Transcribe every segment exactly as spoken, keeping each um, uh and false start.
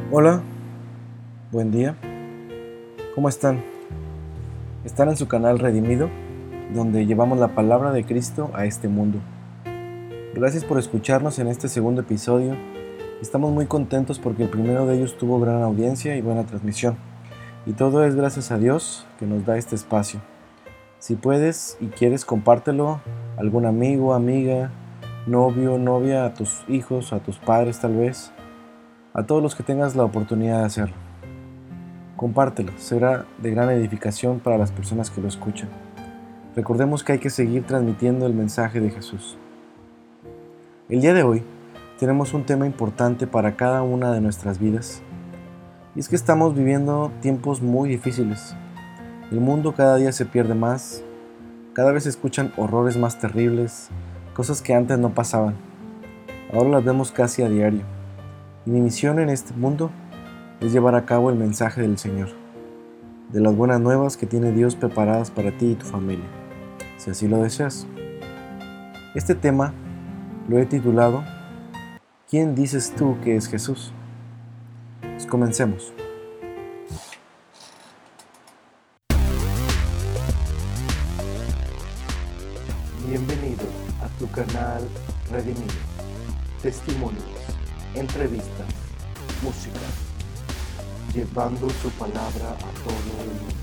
Hola, buen día, ¿cómo están? Están en su canal Redimido, donde llevamos la palabra de Cristo a este mundo. Gracias por escucharnos en este segundo episodio. Estamos muy contentos porque el primero de ellos tuvo gran audiencia y buena transmisión. Y todo es gracias a Dios que nos da este espacio. Si puedes y quieres, compártelo a algún amigo, amiga, novio, novia, a tus hijos, a tus padres tal vez, a todos los que tengas la oportunidad de hacerlo. Compártelo, será de gran edificación para las personas que lo escuchan. Recordemos que hay que seguir transmitiendo el mensaje de Jesús. El día de hoy tenemos un tema importante para cada una de nuestras vidas. Y es que estamos viviendo tiempos muy difíciles. El mundo cada día se pierde más, cada vez se escuchan horrores más terribles, cosas que antes no pasaban. Ahora las vemos casi a diario. Y mi misión en este mundo es llevar a cabo el mensaje del Señor, de las buenas nuevas que tiene Dios preparadas para ti y tu familia, si así lo deseas. Este tema lo he titulado ¿Quién dices tú que es Jesús? Pues comencemos. Bienvenido a tu canal Redimido. Testimonios, entrevistas, música, llevando su palabra a todo el mundo.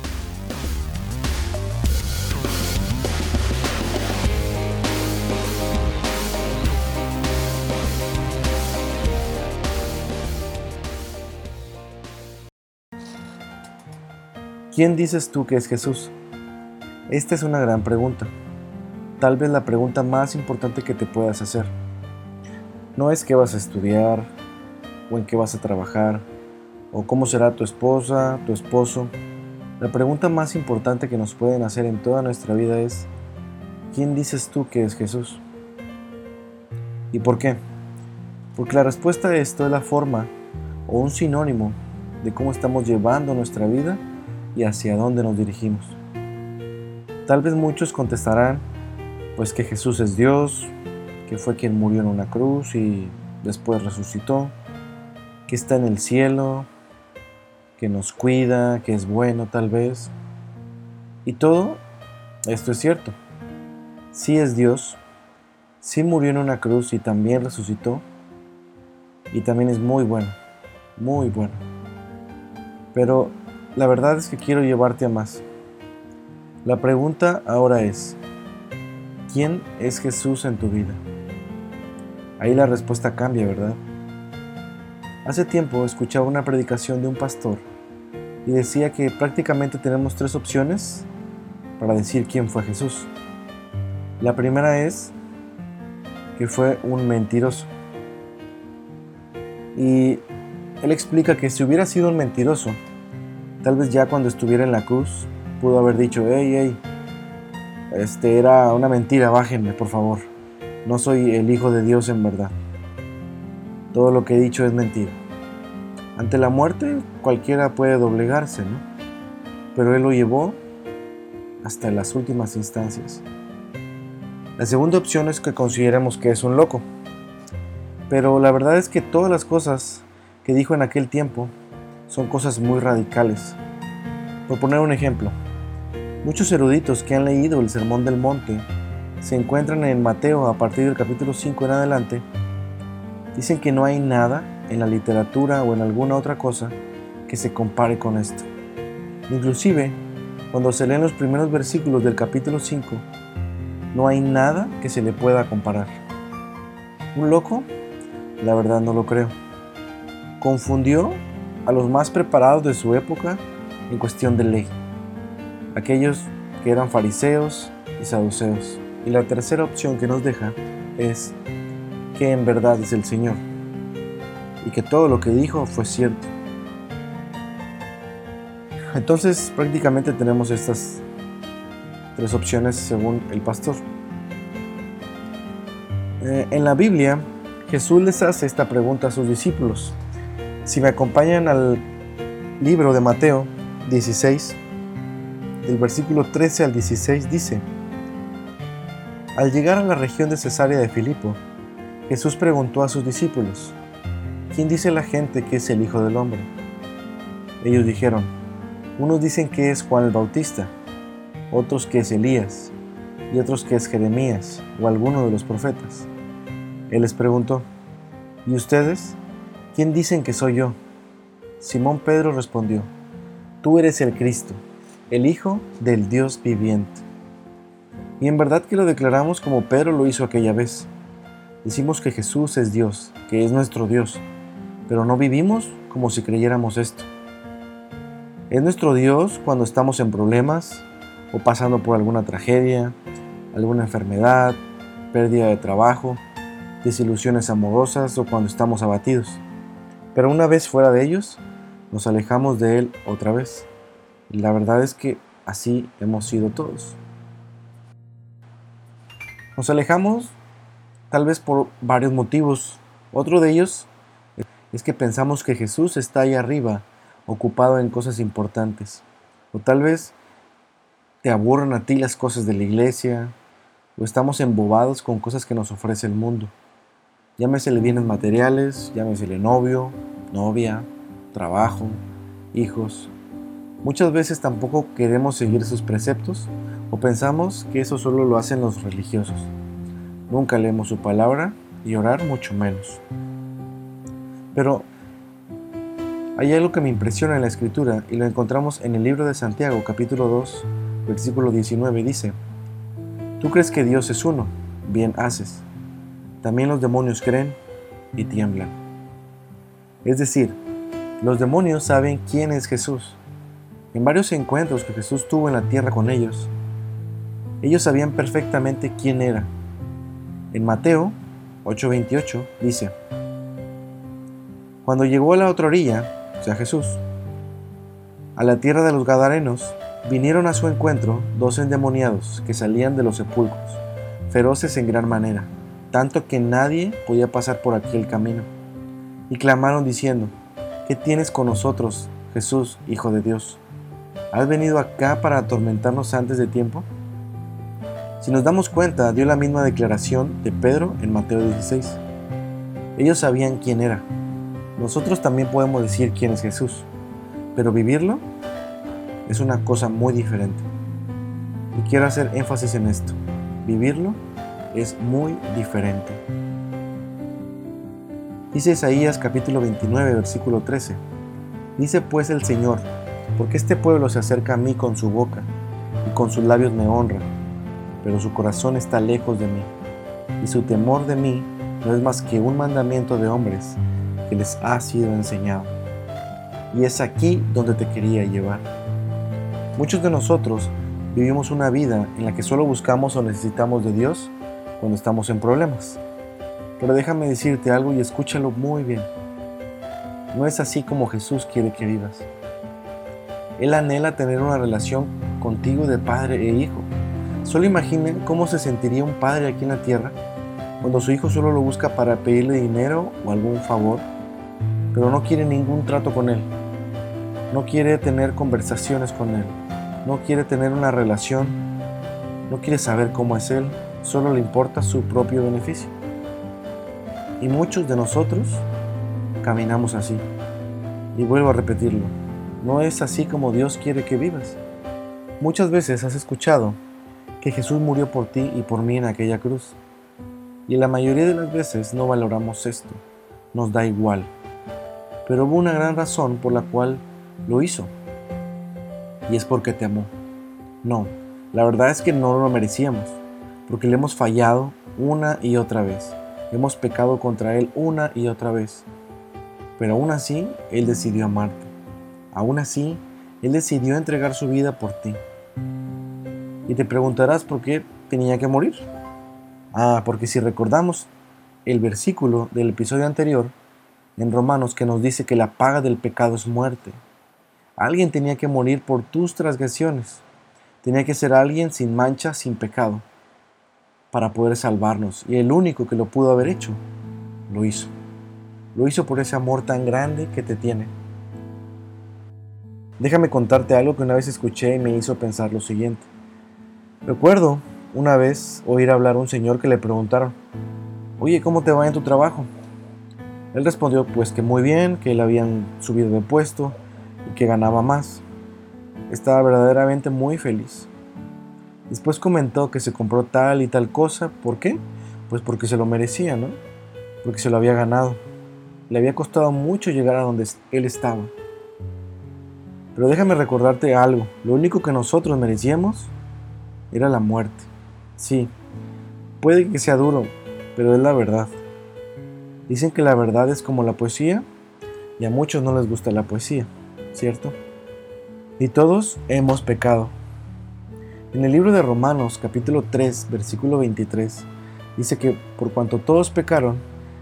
¿Quién dices tú que es Jesús? Esta es una gran pregunta, tal vez la pregunta más importante que te puedas hacer. No es qué vas a estudiar, o en qué vas a trabajar, o cómo será tu esposa, tu esposo. La pregunta más importante que nos pueden hacer en toda nuestra vida es ¿quién dices tú que es Jesús? ¿Y por qué? Porque la respuesta a esto es la forma o un sinónimo de cómo estamos llevando nuestra vida y hacia dónde nos dirigimos. Tal vez muchos contestarán pues que Jesús es Dios, que fue quien murió en una cruz y después resucitó, que está en el cielo, que nos cuida, que es bueno tal vez. Y todo esto es cierto. Sí es Dios, sí murió en una cruz y también resucitó, y también es muy bueno, muy bueno. Pero la verdad es que quiero llevarte a más. La pregunta ahora es, ¿quién es Jesús en tu vida? Ahí la respuesta cambia, ¿verdad? Hace tiempo escuchaba una predicación de un pastor y decía que prácticamente tenemos tres opciones para decir quién fue Jesús. La primera es que fue un mentiroso. Y él explica que si hubiera sido un mentiroso, tal vez ya cuando estuviera en la cruz pudo haber dicho, hey, hey, este era una mentira, bájenme por favor. No soy el Hijo de Dios en verdad. Todo lo que he dicho es mentira. Ante la muerte cualquiera puede doblegarse, ¿no? Pero él lo llevó hasta las últimas instancias. La segunda opción es que consideremos que es un loco. Pero la verdad es que todas las cosas que dijo en aquel tiempo son cosas muy radicales. Por poner un ejemplo, muchos eruditos que han leído el Sermón del Monte se encuentran en Mateo a partir del capítulo cinco en adelante. Dicen que no hay nada en la literatura o en alguna otra cosa que se compare con esto. Inclusive, cuando se leen los primeros versículos del capítulo cinco, no hay nada que se le pueda comparar. ¿Un loco? La verdad no lo creo. Confundió a los más preparados de su época en cuestión de ley, aquellos que eran fariseos y saduceos. Y la tercera opción que nos deja es que en verdad es el Señor y que todo lo que dijo fue cierto. Entonces prácticamente tenemos estas tres opciones según el pastor. Eh, en la Biblia Jesús les hace esta pregunta a sus discípulos. Si me acompañan al libro de Mateo dieciséis, del versículo trece al dieciséis dice: Al llegar a la región de Cesarea de Filipo, Jesús preguntó a sus discípulos: ¿quién dice la gente que es el Hijo del Hombre? Ellos dijeron, unos dicen que es Juan el Bautista, otros que es Elías, y otros que es Jeremías o alguno de los profetas. Él les preguntó, ¿y ustedes? ¿Quién dicen que soy yo? Simón Pedro respondió, tú eres el Cristo, el Hijo del Dios viviente. Y en verdad que lo declaramos como Pedro lo hizo aquella vez. Decimos que Jesús es Dios, que es nuestro Dios, pero no vivimos como si creyéramos esto. Es nuestro Dios cuando estamos en problemas o pasando por alguna tragedia, alguna enfermedad, pérdida de trabajo, desilusiones amorosas o cuando estamos abatidos. Pero una vez fuera de ellos, nos alejamos de Él otra vez. Y la verdad es que así hemos sido todos. Nos alejamos tal vez por varios motivos. Otro de ellos es que pensamos que Jesús está ahí arriba, ocupado en cosas importantes. O tal vez te aburren a ti las cosas de la iglesia, o estamos embobados con cosas que nos ofrece el mundo. Llámesele bienes materiales, llámesele novio, novia, trabajo, hijos. Muchas veces tampoco queremos seguir sus preceptos o pensamos que eso solo lo hacen los religiosos. Nunca leemos su palabra y orar mucho menos. Pero hay algo que me impresiona en la Escritura y lo encontramos en el libro de Santiago, capítulo dos, versículo diecinueve. Dice, tú crees que Dios es uno, bien haces. También los demonios creen y tiemblan. Es decir, los demonios saben quién es Jesús. En varios encuentros que Jesús tuvo en la tierra con ellos, ellos sabían perfectamente quién era. En Mateo ocho veintiocho dice, cuando llegó a la otra orilla, o sea Jesús, a la tierra de los Gadarenos, vinieron a su encuentro dos endemoniados que salían de los sepulcros, feroces en gran manera, tanto que nadie podía pasar por aquel camino. Y clamaron diciendo, ¿qué tienes con nosotros, Jesús, Hijo de Dios? ¿Has venido acá para atormentarnos antes de tiempo? Si nos damos cuenta, dio la misma declaración de Pedro en Mateo dieciséis. Ellos sabían quién era. Nosotros también podemos decir quién es Jesús, pero vivirlo es una cosa muy diferente. Y quiero hacer énfasis en esto. Vivirlo es muy diferente. Dice Isaías capítulo veintinueve, versículo trece. Dice pues el Señor, porque este pueblo se acerca a mí con su boca y con sus labios me honra, pero su corazón está lejos de mí, y su temor de mí no es más que un mandamiento de hombres que les ha sido enseñado. Y es aquí donde te quería llevar. Muchos de nosotros vivimos una vida en la que solo buscamos o necesitamos de Dios cuando estamos en problemas. Pero déjame decirte algo y escúchalo muy bien. No es así como Jesús quiere que vivas. Él anhela tener una relación contigo de padre e hijo. Solo imaginen cómo se sentiría un padre aquí en la tierra cuando su hijo solo lo busca para pedirle dinero o algún favor, pero no quiere ningún trato con él. No quiere tener conversaciones con él. No quiere tener una relación. No quiere saber cómo es él. Solo le importa su propio beneficio. Y muchos de nosotros caminamos así. Y vuelvo a repetirlo. No es así como Dios quiere que vivas. Muchas veces has escuchado que Jesús murió por ti y por mí en aquella cruz. Y la mayoría de las veces no valoramos esto. Nos da igual. Pero hubo una gran razón por la cual lo hizo. Y es porque te amó. No, la verdad es que no lo merecíamos. Porque le hemos fallado una y otra vez. Hemos pecado contra Él una y otra vez. Pero aún así, Él decidió amarte. Aún así, Él decidió entregar su vida por ti. Y te preguntarás por qué tenía que morir. Ah, porque si recordamos el versículo del episodio anterior, en Romanos, que nos dice que la paga del pecado es muerte. Alguien tenía que morir por tus transgresiones. Tenía que ser alguien sin mancha, sin pecado, para poder salvarnos. Y el único que lo pudo haber hecho, lo hizo. Lo hizo por ese amor tan grande que te tiene. Déjame contarte algo que una vez escuché y me hizo pensar lo siguiente. Recuerdo una vez oír hablar a un señor que le preguntaron, oye, ¿cómo te va en tu trabajo? Él respondió pues que muy bien, que le habían subido de puesto y que ganaba más. Estaba verdaderamente muy feliz. Después comentó que se compró tal y tal cosa. ¿Por qué? Pues porque se lo merecía, ¿no? Porque se lo había ganado. Le había costado mucho llegar a donde él estaba. Pero déjame recordarte algo. Lo único que nosotros merecíamos era la muerte. Sí, puede que sea duro, pero es la verdad. Dicen que la verdad es como la poesía y a muchos no les gusta la poesía, ¿cierto? Y todos hemos pecado. En el libro de Romanos, capítulo tres, versículo veintitrés, dice que por cuanto todos pecaron,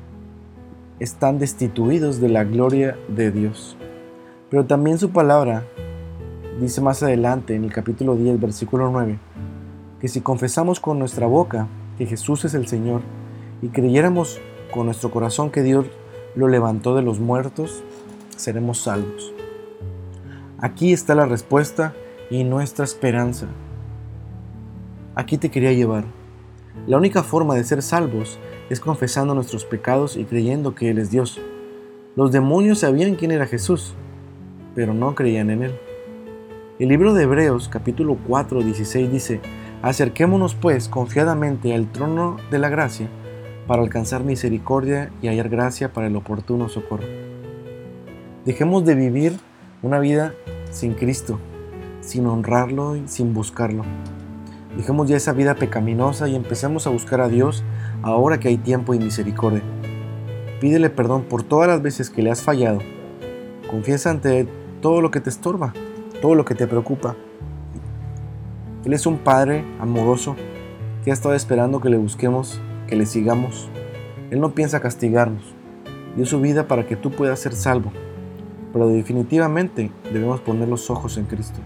están destituidos de la gloria de Dios. Pero también su palabra dice más adelante, en el capítulo diez, versículo nueve, que si confesamos con nuestra boca que Jesús es el Señor y creyéramos con nuestro corazón que Dios lo levantó de los muertos, seremos salvos. Aquí está la respuesta y nuestra esperanza. Aquí te quería llevar. La única forma de ser salvos es confesando nuestros pecados y creyendo que Él es Dios. Los demonios sabían quién era Jesús, pero no creían en Él. El libro de Hebreos, capítulo cuatro, dieciséis dice: acerquémonos pues confiadamente al trono de la gracia para alcanzar misericordia y hallar gracia para el oportuno socorro. Dejemos de vivir una vida sin Cristo, sin honrarlo y sin buscarlo. Dejemos ya esa vida pecaminosa y empecemos a buscar a Dios ahora que hay tiempo y misericordia. Pídele perdón por todas las veces que le has fallado. Confiesa ante Él todo lo que te estorba, todo lo que te preocupa. Él es un Padre amoroso que ha estado esperando que le busquemos, que le sigamos. Él no piensa castigarnos. Dio su vida para que tú puedas ser salvo. Pero definitivamente debemos poner los ojos en Cristo.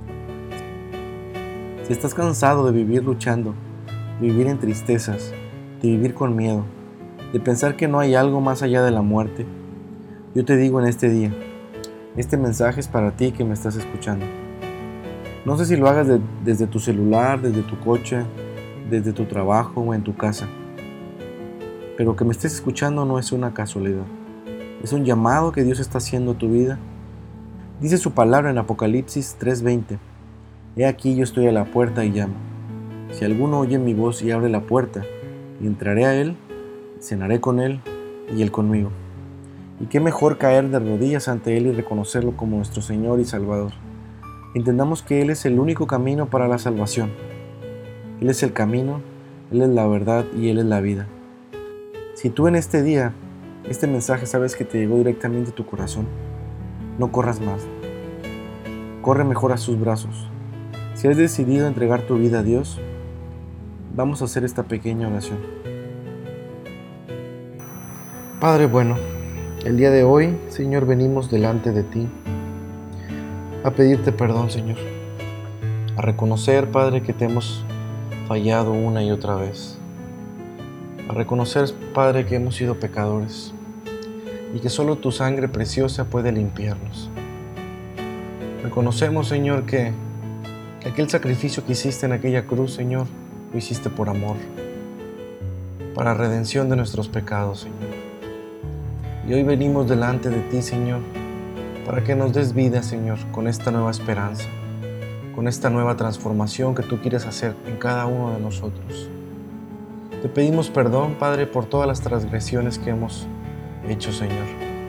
Si estás cansado de vivir luchando, de vivir en tristezas, de vivir con miedo, de pensar que no hay algo más allá de la muerte, yo te digo en este día, este mensaje es para ti que me estás escuchando. No sé si lo hagas de, desde tu celular, desde tu coche, desde tu trabajo o en tu casa, pero que me estés escuchando no es una casualidad. Es un llamado que Dios está haciendo a tu vida. Dice su palabra en Apocalipsis tres veinte: He aquí yo estoy a la puerta y llamo. Si alguno oye mi voz y abre la puerta, y entraré a él, cenaré con él y él conmigo. Y qué mejor caer de rodillas ante él y reconocerlo como nuestro Señor y Salvador. Entendamos que Él es el único camino para la salvación. Él es el camino, Él es la verdad y Él es la vida. Si tú en este día, este mensaje sabes que te llegó directamente a tu corazón, no corras más. Corre mejor a sus brazos. Si has decidido entregar tu vida a Dios, vamos a hacer esta pequeña oración. Padre bueno, el día de hoy, Señor, venimos delante de ti a pedirte perdón, Señor, a reconocer, Padre, que te hemos fallado una y otra vez, a reconocer, Padre, que hemos sido pecadores y que solo tu sangre preciosa puede limpiarnos. Reconocemos, Señor, que que aquel sacrificio que hiciste en aquella cruz, Señor, lo hiciste por amor, para redención de nuestros pecados, Señor. Y hoy venimos delante de ti, Señor, para que nos des vida, Señor, con esta nueva esperanza, con esta nueva transformación que tú quieres hacer en cada uno de nosotros. Te pedimos perdón, Padre, por todas las transgresiones que hemos hecho, Señor.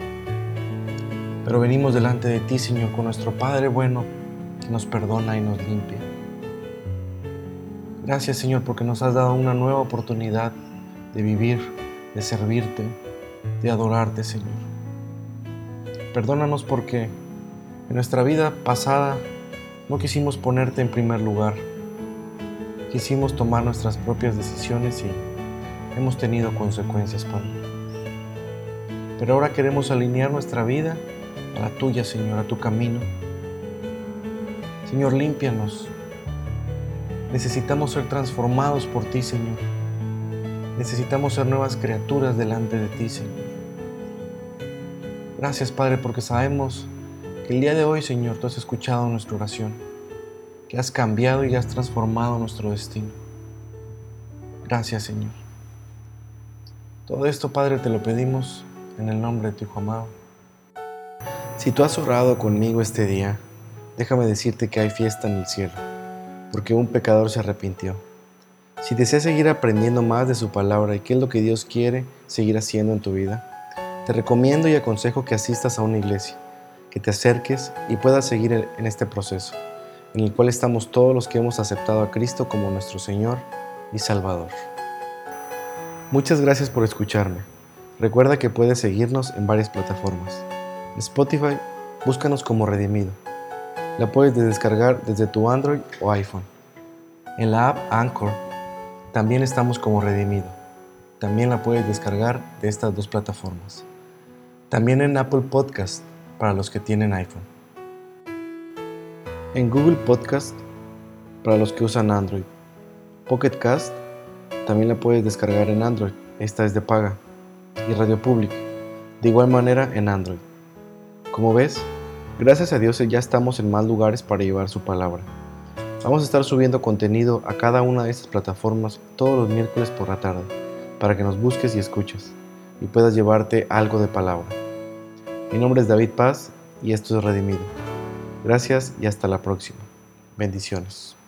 Pero venimos delante de ti, Señor, con nuestro Padre bueno, que nos perdona y nos limpia. Gracias, Señor, porque nos has dado una nueva oportunidad de vivir, de servirte, de adorarte, Señor. Perdónanos porque en nuestra vida pasada no quisimos ponerte en primer lugar. Quisimos tomar nuestras propias decisiones y hemos tenido consecuencias, Padre. Pero ahora queremos alinear nuestra vida a la tuya, Señor, a tu camino. Señor, límpianos. Necesitamos ser transformados por ti, Señor. Necesitamos ser nuevas criaturas delante de ti, Señor. Gracias, Padre, porque sabemos que el día de hoy, Señor, tú has escuchado nuestra oración, que has cambiado y has transformado nuestro destino. Gracias, Señor. Todo esto, Padre, te lo pedimos en el nombre de tu Hijo amado. Si tú has orado conmigo este día, déjame decirte que hay fiesta en el cielo, porque un pecador se arrepintió. Si deseas seguir aprendiendo más de su palabra y qué es lo que Dios quiere seguir haciendo en tu vida, te recomiendo y aconsejo que asistas a una iglesia, que te acerques y puedas seguir en este proceso, en el cual estamos todos los que hemos aceptado a Cristo como nuestro Señor y Salvador. Muchas gracias por escucharme. Recuerda que puedes seguirnos en varias plataformas. En Spotify, búscanos como Redimido. La puedes descargar desde tu Android o iPhone. En la app Anchor, también estamos como Redimido. También la puedes descargar de estas dos plataformas. También en Apple Podcast, para los que tienen iPhone. En Google Podcast, para los que usan Android. Pocket Cast, también la puedes descargar en Android, esta es de paga. Y Radio Public, de igual manera en Android. Como ves, gracias a Dios ya estamos en más lugares para llevar su palabra. Vamos a estar subiendo contenido a cada una de estas plataformas todos los miércoles por la tarde, para que nos busques y escuches, y puedas llevarte algo de palabra. Mi nombre es David Paz y esto es Redimido. Gracias y hasta la próxima. Bendiciones.